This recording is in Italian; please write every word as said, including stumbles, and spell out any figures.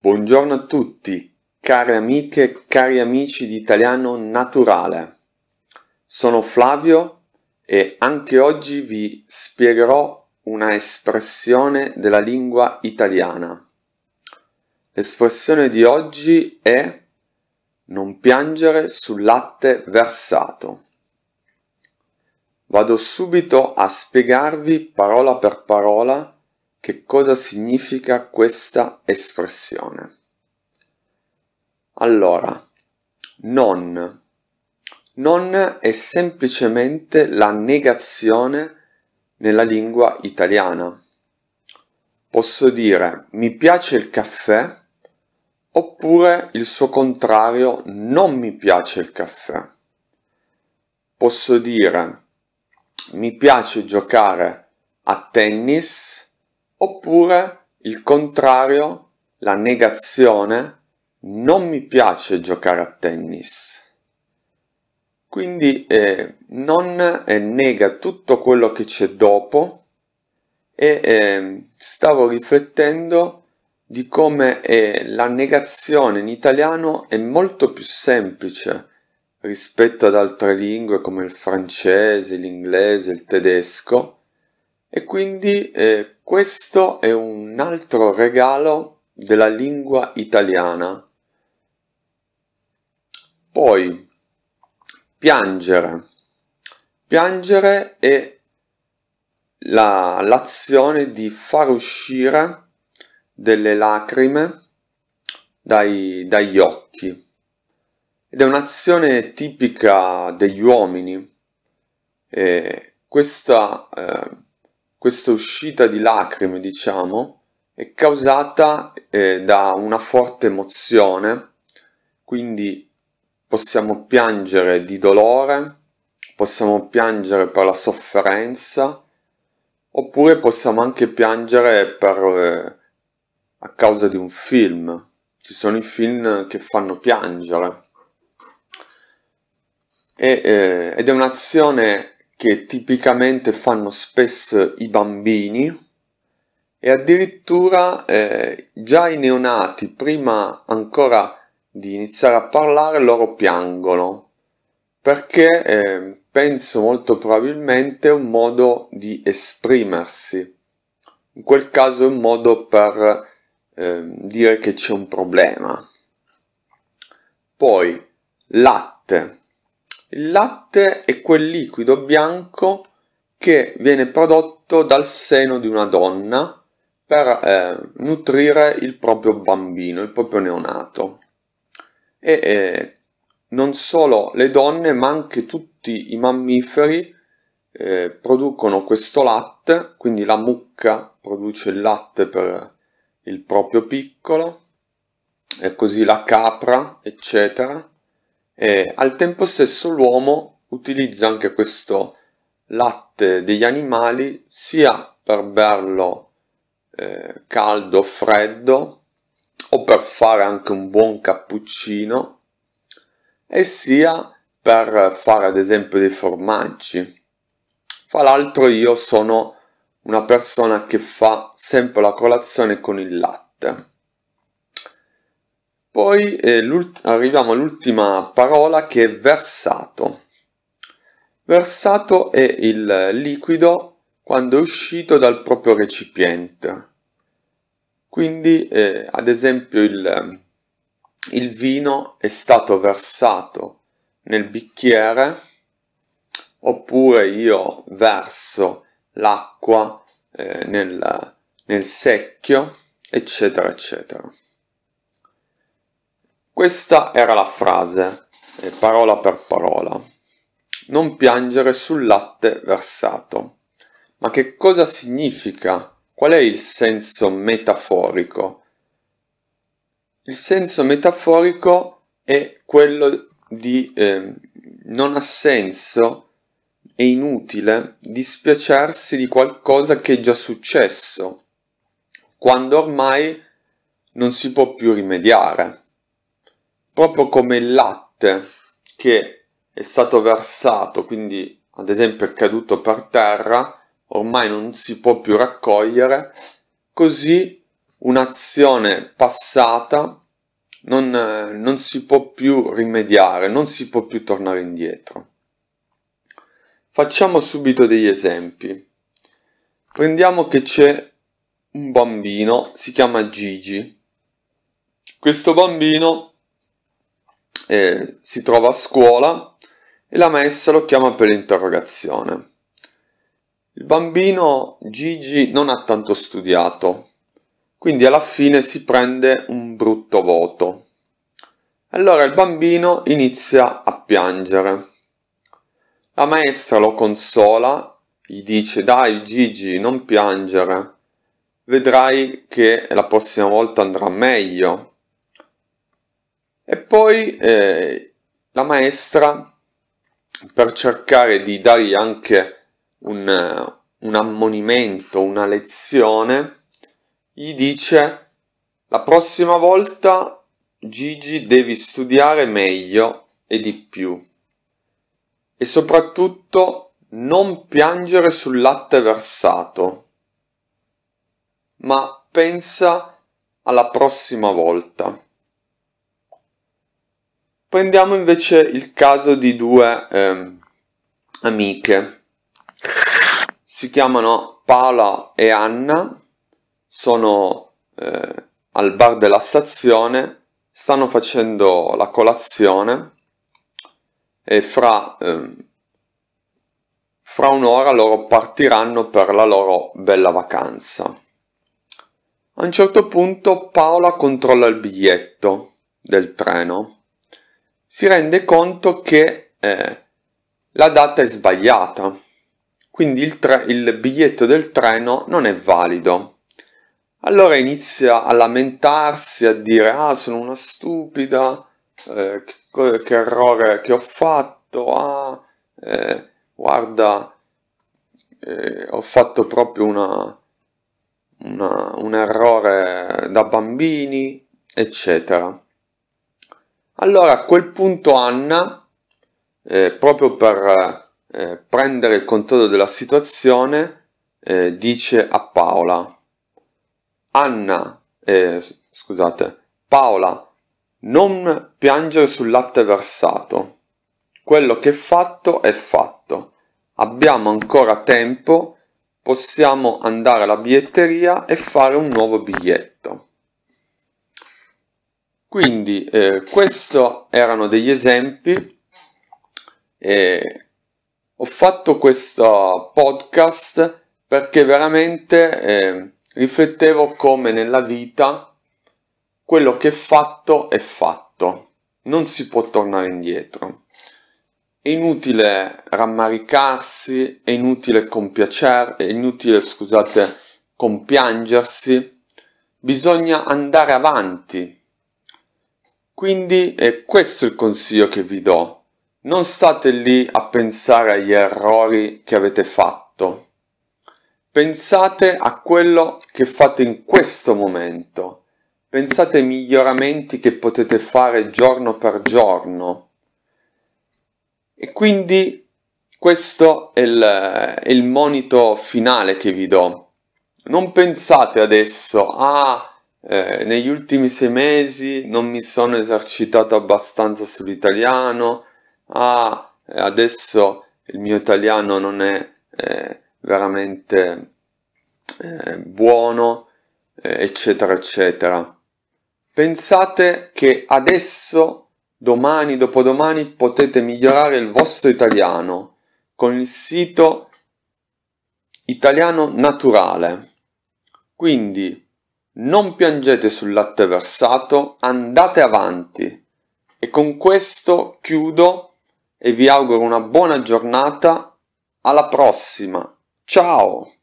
Buongiorno a tutti, care amiche e cari amici di Italiano Naturale. Sono Flavio e anche oggi vi spiegherò una espressione della lingua italiana. L'espressione di oggi è non piangere sul latte versato. Vado subito a spiegarvi parola per parola che cosa significa questa espressione. Allora, non. Non è semplicemente la negazione nella lingua italiana. Posso dire mi piace il caffè oppure il suo contrario non mi piace il caffè. Posso dire mi piace giocare a tennis oppure il contrario, la negazione, non mi piace giocare a tennis. Quindi eh, non eh, nega tutto quello che c'è dopo e eh, stavo riflettendo di come eh, la negazione in italiano è molto più semplice rispetto ad altre lingue come il francese, l'inglese, il tedesco. E quindi eh, questo è un altro regalo della lingua italiana. Poi, piangere. Piangere è la, l'azione di far uscire delle lacrime dai, dagli occhi. Ed è un'azione tipica degli uomini. E questa... Eh, Questa uscita di lacrime, diciamo, è causata eh, da una forte emozione, quindi possiamo piangere di dolore, possiamo piangere per la sofferenza, oppure possiamo anche piangere per, eh, a causa di un film. Ci sono i film che fanno piangere. E, eh, ed è un'azione che tipicamente fanno spesso i bambini e addirittura eh, già i neonati, prima ancora di iniziare a parlare, loro piangono, perché eh, penso molto probabilmente è un modo di esprimersi. In quel caso è un modo per eh, dire che c'è un problema. Poi, latte. Il latte è quel liquido bianco che viene prodotto dal seno di una donna per eh, nutrire il proprio bambino, il proprio neonato. E eh, non solo le donne, ma anche tutti i mammiferi eh, producono questo latte, quindi la mucca produce il latte per il proprio piccolo, e così la capra, eccetera. E al tempo stesso l'uomo utilizza anche questo latte degli animali sia per berlo eh, caldo o freddo o per fare anche un buon cappuccino e sia per fare ad esempio dei formaggi. Fra l'altro io sono una persona che fa sempre la colazione con il latte. Poi eh, arriviamo all'ultima parola che è versato. Versato è il liquido quando è uscito dal proprio recipiente. Quindi, eh, ad esempio, il, il vino è stato versato nel bicchiere, oppure io verso l'acqua eh, nel, nel secchio, eccetera, eccetera. Questa era la frase, eh, parola per parola. Non piangere sul latte versato. Ma che cosa significa? Qual è il senso metaforico? Il senso metaforico è quello di eh, non ha senso, è inutile dispiacersi di qualcosa che è già successo, quando ormai non si può più rimediare. Proprio come il latte che è stato versato, quindi ad esempio è caduto per terra, ormai non si può più raccogliere, così un'azione passata, non, non si può più rimediare, non si può più tornare indietro. Facciamo subito degli esempi. Prendiamo che c'è un bambino, si chiama Gigi. Questo bambino eh, si trova a scuola e la maestra lo chiama per l'interrogazione. Il bambino Gigi non ha tanto studiato, quindi alla fine si prende un brutto voto. Allora il bambino inizia a piangere. La maestra lo consola, gli dice: dai Gigi, non piangere, vedrai che la prossima volta andrà meglio. E poi eh, la maestra, per cercare di dargli anche un, un ammonimento, una lezione, gli dice: la prossima volta Gigi devi studiare meglio e di più e soprattutto non piangere sul latte versato, ma pensa alla prossima volta. Prendiamo invece il caso di due eh, amiche. Si chiamano Paola e Anna, sono eh, al bar della stazione, stanno facendo la colazione e fra, eh, fra un'ora loro partiranno per la loro bella vacanza. A un certo punto Paola controlla il biglietto del treno, si rende conto che eh, la data è sbagliata, quindi il, tre- il biglietto del treno non è valido. Allora inizia a lamentarsi, a dire: ah, sono una stupida, eh, che, che errore che ho fatto, ah, eh, guarda, eh, ho fatto proprio una, una, un errore da bambini, eccetera. Allora a quel punto Anna, eh, proprio per eh, prendere il controllo della situazione, eh, dice a Paola: Anna, eh, scusate, Paola, non piangere sul latte versato. Quello che è fatto è fatto. Abbiamo ancora tempo, possiamo andare alla biglietteria e fare un nuovo biglietto. Quindi eh, questi erano degli esempi. Eh, ho fatto questo podcast perché veramente eh, riflettevo come nella vita quello che è fatto è fatto, non si può tornare indietro. È inutile rammaricarsi, è inutile compiacere, è inutile, scusate, compiangersi, bisogna andare avanti. Quindi è questo il consiglio che vi do. Non state lì a pensare agli errori che avete fatto. Pensate a quello che fate in questo momento. Pensate ai miglioramenti che potete fare giorno per giorno. E quindi questo è il, è il monito finale che vi do. Non pensate adesso: ah, eh, negli ultimi sei mesi non mi sono esercitato abbastanza sull'italiano, ah, adesso il mio italiano non è eh, veramente eh, buono, eh, eccetera, eccetera. Pensate che adesso, domani, dopodomani, potete migliorare il vostro italiano con il sito Italiano Naturale. Quindi non piangete sul latte versato, andate avanti. E con questo chiudo e vi auguro una buona giornata. Alla prossima. Ciao!